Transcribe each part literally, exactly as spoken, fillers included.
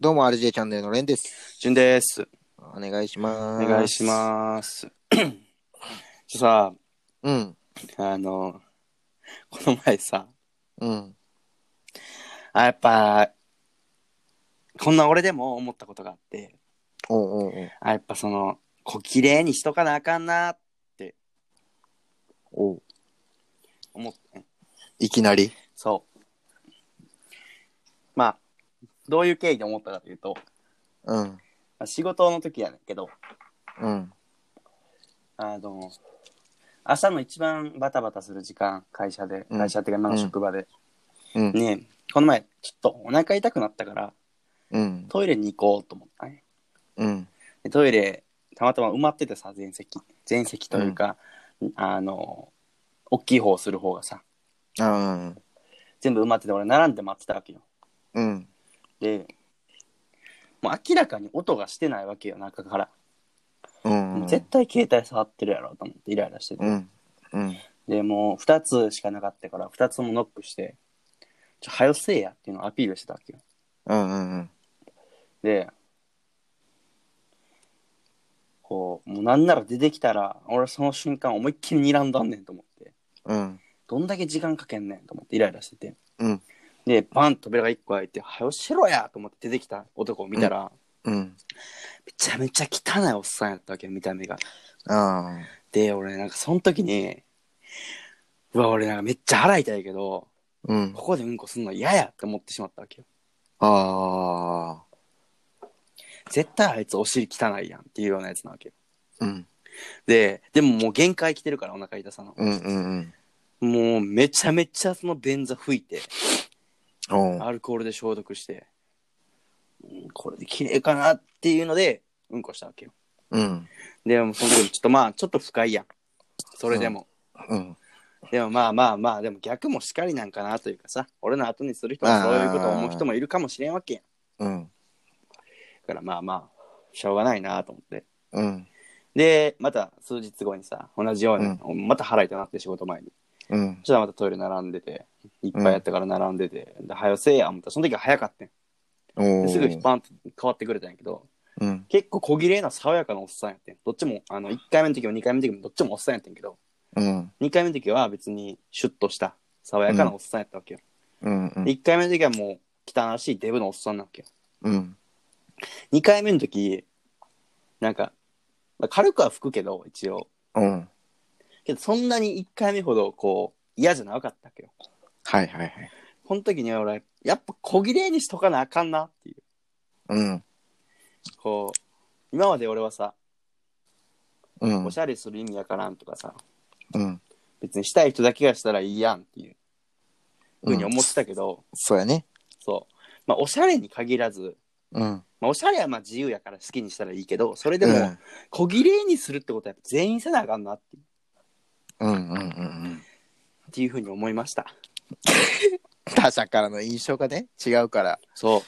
どうも アールジェー チャンネルのレンです。 順です。 お願いします。 お願いします。さうん。 あ、あの、この前さ、 うん。 あ、やっぱ、こんな俺でも思ったことがあって、 おうおうおう。 あ、やっぱその、こう、綺麗にしとかなあかんなっておう。 思ってん。 いきなり。 そう。まあ、どういう経緯で思ったかというと、 うん。 まあ、仕事の時やねんけど、 うん。 あの、朝の一番バタバタする時間、会社で、 うん。 会社っていうか今の職場で、 うん。 ねえ、この前、ちょっとお腹痛くなったから、 うん。 トイレに行こうと思ったね。 うん。 でトイレたまたま埋まっててさ、全席全席とうん。 いうか、あの大きい方する方がさああ。 全部埋まってて、俺並んで待ってたわけよ。 うん。 でもう明らかに音がしてないわけよ、中から。 うん。 もう絶対携帯触ってるやろと思ってイライラしてて、 うん。うん。 でもうふたつしかなかったからふたつもノックして、ちょはよせえやっていうのをアピールしてたわけよ。 うん。 でこうもうなんなら出てきたら俺その瞬間思いっきり睨んだんねんと思って、 うん。 どんだけ時間かけんねんと思ってイライラしてて、 うん。 でバン扉がいっこ開いて、はよしろやと思って出てきた男を見たら、 うん。 めちゃめちゃ汚いおっさんやったわけ、見た目が。 ああ。 で俺なんかその時に、うわ俺なんかめっちゃ腹痛いけどうん。 ここでうんこすんの嫌やって思ってしまったわけよ。 ああ。 絶対あいつお尻汚いやんっていうようなやつなわけよ。 うん。 ででももう限界来てるから、お腹痛さの。 うん。うん。 もうめちゃめちゃその便座拭いておう。 アルコールで消毒して、うん、これで綺麗かなっていうのでうんこしたわけよ。 うん。 でもその時ちょっとまあちょっと不快やん、それでも。 うん。 でもまあまあまあ、でも逆もしかりなんかなというかさ、俺の後にする人もそういうことを思う人もいるかもしれんわけやん。 うん。 だからまあまあしょうがないなと思って、 うん。 でまた数日後にさ同じように、 うん、 また腹痛なって仕事前に、 うん。 そしたらまたトイレ並んでて、いっぱいやったから並んでて、で早よせえや思ったら、その時は早かったんおですぐー。 パンと変わってくれたんやけど、 うん。 結構小綺麗な爽やかなおっさんやってん。どっちもあのいっかいめの時もにかいめの時もどっちもおっさんやってんけど、 うん。 にかいめの時は別にシュッとした爽やかなおっさんやったわけよ。 うん。うん。 いっかいめの時はもう汚らしいデブのおっさんなわけよ。 うん。 にかいめの時なんか、まあ、軽くは吹くけど一応、 うん。 けどそんなにいっかいめほどこう嫌じゃなかったわけよ。 はいはいはい。 この時には俺やっぱ小綺麗にしとかなあかんなっていう。 うん。 こう今まで俺はさ、 うん。 おしゃれする意味やからんとかさ、 うん。 別にしたい人だけがしたらいいやんっていうふうにうん。 思ってたけど、 そうやね。 そうまあおしゃれに限らず、 うん。 まあ、おしゃれはまあ自由やから好きにしたらいいけど、それでもうん。 小綺麗にするってことはやっぱ全員せなあかんなっていう、 うんうんうんうん。 っていうふうに思いました。 他者からの印象がね、違うから。 そう。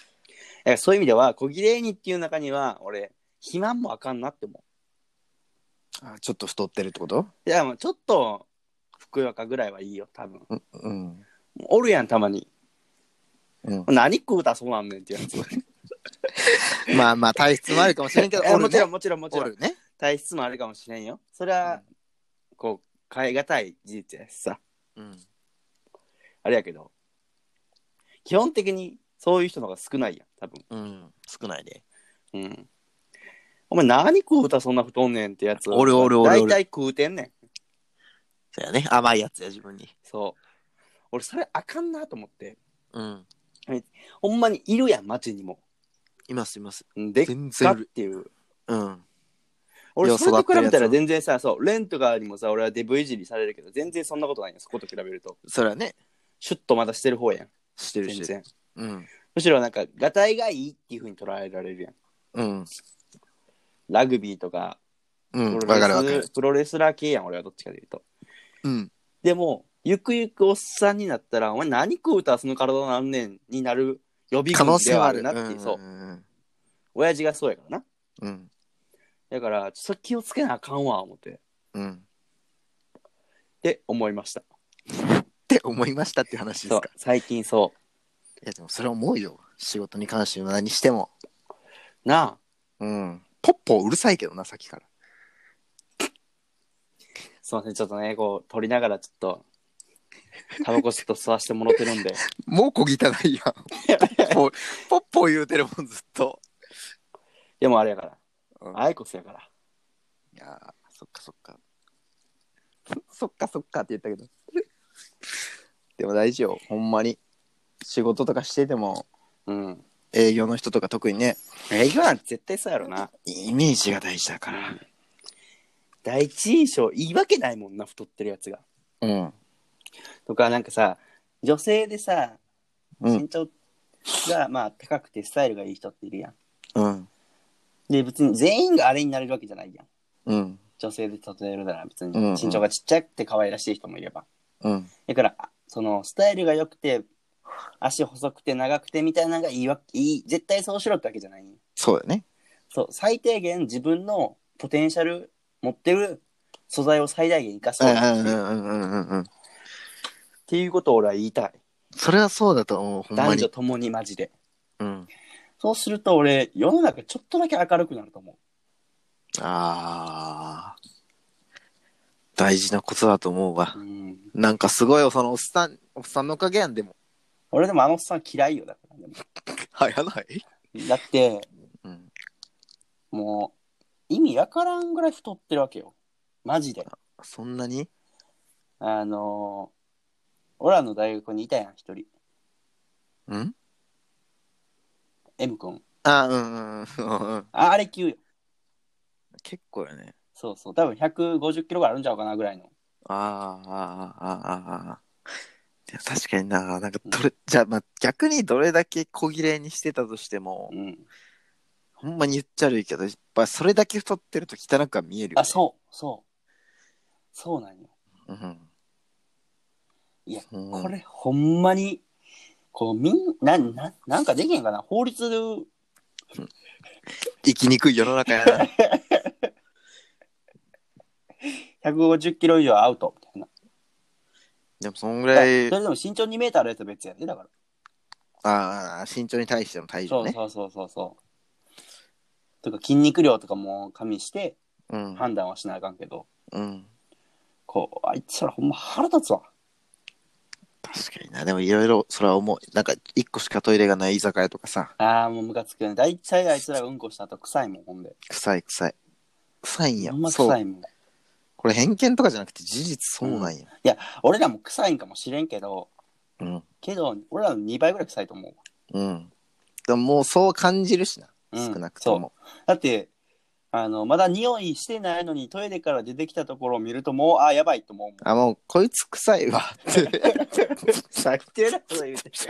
そういう意味では小綺麗にっていう中には俺肥満もあかんなって思う。 あ、ちょっと太ってるってこと？ いやもうちょっとふくよかぐらいはいいよ多分。 うんうん。 おるやんたまに、 うん、 何食うたらそうなんねんっていうやつ。 まあまあ体質もあるかもしれんけど、おるね、 もちろんもちろんもちろん、 おるね。 体質もあるかもしれんよ。それはこう変え難い事実やしさ、 うん。 あれやけど基本的にそういう人の方が少ないやん多分。 うん。少ないで。 うん。お前何食うたらそんな太んねんってやつおるおるおるおる。 大体食うてんねん。 そうやね。甘いやつや自分に。 そう俺それあかんなと思って。 うん。 ほんまにいるやん街にも。 いますいます。 でっかっていう。 うん。 俺それと比べたら全然さ、そうレンとかにもさ俺はデブいじりされるけど全然そんなことないやん、そこと比べると。 それはね。 シュッとまだしてる方やん。 してるし。 全然。 うん。 むしろなんかガタイがいいっていう風に捉えられるやん。 うん。 ラグビーとかうん。 プロレス、 わかるわかる。 プロレスラー系やん俺はどっちかで言うと。 うん。 でもゆくゆくおっさんになったらお前何食うたらその体なんねんになる予備軍ではあるなっていう。そう。親父がそうやからな。 うん。 だからちょっと気をつけなあかんわ思って。 うん。 って思いました。 って思いましたっていう話ですか。 そう最近そう。 いやでもそれ思うよ。仕事に関しては何しても。 なあ。 うん。ポッポうるさいけどな、さっきから。 すいません、ちょっとね、こう、撮りながらちょっと、タバコ吸っと吸わしてもらってるんで。 もう小汚いやん。ポッポ、ポッポ言うてるもん、ずっと。 でもあれやから。 うん、 アイコスやから。 いやー、そっかそっか。そっかそっかって言ったけど。でも大事よ、ほんまに。仕事とかしてても、 うん。 営業の人とか特にね。 営業なんて絶対そうやろな。 イメージが大事だから。うん、 第一印象いいわけないもんな、太ってるやつが。 うん。 とか、なんかさ、女性でさ、 うん、 身長がまあ高くてスタイルがいい人っているやん。 うん。 で、別に全員があれになれるわけじゃないやん。 うん。 女性で例えるなら別に身長がちっちゃくて可愛らしい人もいれば。 うん。 だから、そのスタイルが良くて、足細くて長くてみたいなのがいいわいい、絶対そうしろってわけじゃない。 そうだね。 そう、最低限自分のポテンシャル持ってる素材を最大限生かそうっていう。 うんうんうんうんうん。 っていうことを俺は言いたい。 それはそうだと思う、ほんまに。 男女ともにマジで。 うん。 そうすると俺、世の中ちょっとだけ明るくなると思う。 ああ。大事なことだと思うわ。 うん、 なんかすごいよ、そのおっさん、おっさんのおかげやん、でも。 俺でもあのおっさん嫌いよ、だからでも。 はい、やない。 だって、 うん、 もう、意味わからんぐらい太ってるわけよ。マジで。 そんなに？ あのー、俺らの大学にいたやん、一人。 ん？ M 君。 あ、うんうんうんうん。 あ、あれ級よ。 結構よね。 そうそう。多分ひゃくごじゅっキロぐらいあるんちゃうかなぐらいの。 ああ、ああ、ああ、ああ。いや確かにな、なんかどれ、うん、じゃあ、まあ、逆にどれだけ小切れにしてたとしても、 うん、 ほんまに言っちゃ悪いけど、やっぱそれだけ太ってると汚くは見えるよ、ね。 あ、そう、そう。そうなんよ。 うん、 いや、うん、これほんまに、こうみんな、な、なんかできへんかな法律で。 生きにくい世の中やな。 ひゃくごじゅっキロ以上アウトみたいな。 でもそんぐらい。 それでも身長にメーターあるやつは別やで、だから。 ああ、身長に対しての体重ね。 そうそうそうそう。とか筋肉量とかも加味して判断はしなあかんけど、 うん、 こうあいつらほんま腹立つわ。 確かにな。でもいろいろそれは思う。なんか一個しかトイレがない居酒屋とかさ。 ああもうムカつくよね。大体あいつらがうんこした後臭いもん。ほんで臭い臭い臭いんや。 ほんま臭いもん。 これ偏見とかじゃなくて事実そうなんや、うん、いや俺らも臭いんかもしれんけど、 うん、 けど俺らのにばいぐらい臭いと思う。 うんでももうそう感じるしな、うん、少なくとも。 だってあのまだ匂いしてないのにトイレから出てきたところを見るともうあやばいと思うもん。 あもうこいつ臭いわって最低だと言うて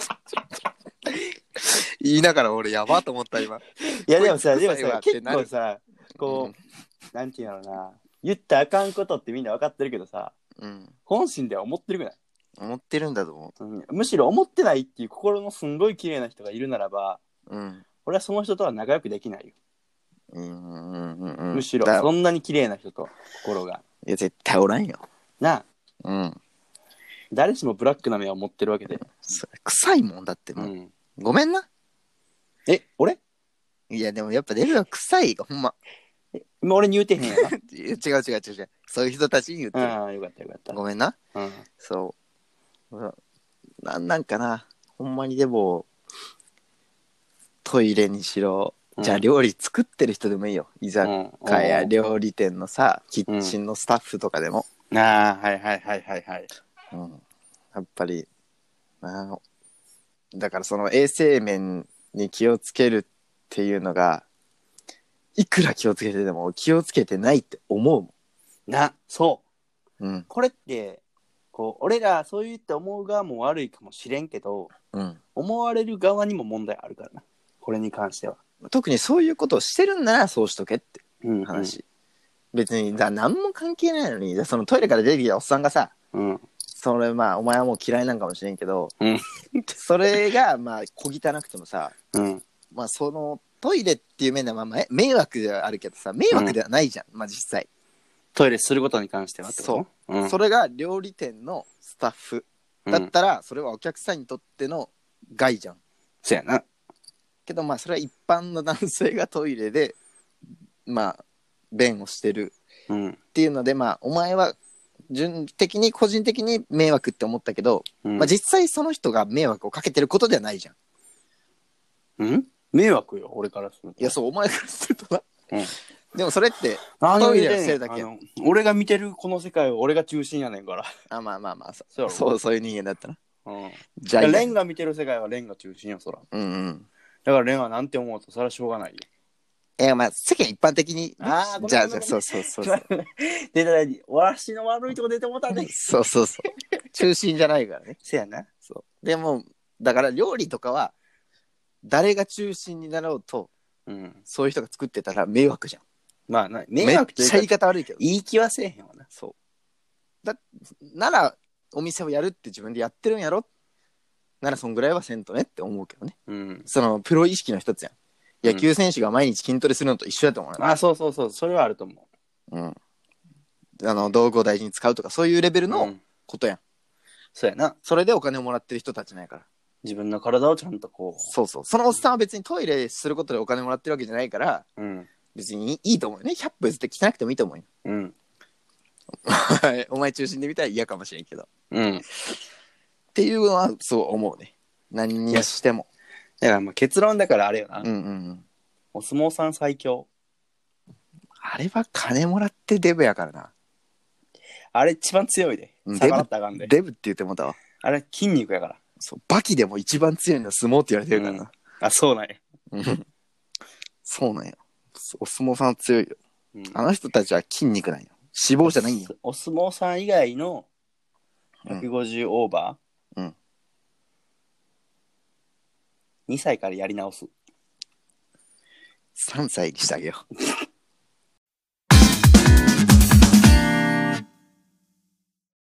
言いながら俺やばと思った今。 いやでもさでもさ結構さこう、うん、なんていうのな言ったらあかんことってみんな分かってるけどさ、うん、本心では思ってるくない？ 思ってるんだと思う、 うん、むしろ思ってないっていう心のすんごい綺麗な人がいるならば、うん、俺はその人とは仲良くできないよ。うんうんうんうん、むしろそんなに綺麗な人と心がいや絶対おらんよなあ、うん、誰しもブラックな目を持ってるわけで。 それ臭いもんだってもう、うん、ごめんな。 え俺いやでもやっぱレベルは臭いほんま。 今俺に言うてへんやな違う違う違う違うそういう人たちに言ってる。 ああよかったよかった。 ごめんな、うん、そうなんなんかなほんまに。でもトイレにしろ、じゃあ料理作ってる人でもいいよ、居酒屋料理店のさキッチンのスタッフとかでも、 うん、ああはいはいはいはいはい、 うん、やっぱりあだからその衛生面に気をつけるっていうのがいくら気をつけてでも気をつけてないって思うもんな。そう、うん、これってこう俺らそう言って思う側も悪いかもしれんけど、うん、思われる側にも問題あるからなこれに関しては。 特にそういうことをしてるんならそうしとけって話、うんうん、別にだ何も関係ないのにそのトイレから出てきたおっさんがさ、うん、それまあお前はもう嫌いなんかもしれんけど、うん、それがまあ小汚くてもさ、うん、まあそのトイレっていう面ではまあ迷惑ではあるけどさ迷惑ではないじゃん、うん、まあ実際トイレすることに関してはってこと？ そう、うん、それが料理店のスタッフだったら、うん、それはお客さんにとっての害じゃん。 そうやな。 けどまあそれは一般の男性がトイレでまあ便をしてるっていうので、うん、まあお前は順的に個人的に迷惑って思ったけど、うん、まあ実際その人が迷惑をかけてることではないじゃん。ん？迷惑よ俺からすると。 いやそうお前からするとな。うん、でもそれってトイレをしてるだけやん。俺が見てるこの世界は俺が中心やねんから。 あまあまあまあそうそうそういう人間だったな。 うん、じゃあレンが見てる世界はレンが中心よそら。うんうん。だからレンはなんて思うとそれはしょうがないよ。 えー、まあ世間一般的に、ね、あじゃあじゃあそうそうそうそうでだわしの悪いとこ出てもたね。 そうそうそう中心じゃないからね。 せやな。 そうでもだから料理とかは誰が中心になろうと、うん、そういう人が作ってたら迷惑じゃん。 まあな迷惑というかめっちゃ言い方悪いけど言い気はせえへんわな。 そうだならお店をやるって自分でやってるんやろならそんぐらいはせんとねって思うけどね、うん、そのプロ意識の一つやん。野球選手が毎日筋トレするのと一緒だと思うよ、 うん、あそうそうそうそれはあると思う、うん、あの道具を大事に使うとかそういうレベルのことやん、うん、 そうやな。 それでお金をもらってる人たちないから自分の体をちゃんとこうそうそうそのおっさんは別にトイレすることでお金もらってるわけじゃないから、うん、別にいいと思うよね。ひゃっぷん絶対汚くてもいいと思うよ、うんお前中心で見たら嫌かもしれんけど、うん、っていうのはそう思うね。何にしてもだからまあ結論だからあれよな、うんうんうん、お相撲さん最強。 あれは金もらってデブやからな。 あれ一番強いで。 デブったらあかんで。デブって言ってもたわ。 あれ筋肉やから。 そうバキでも一番強いのは相撲って言われてるからな、うん、 あそうなんやそうなんや。お相撲さん強いよ、うん、あの人たちは筋肉なんよ。脂肪じゃないんよ。 お相撲さん以外のひゃくごじゅうオーバー、うん、にさいからやり直す。 さんさいにしてあげよう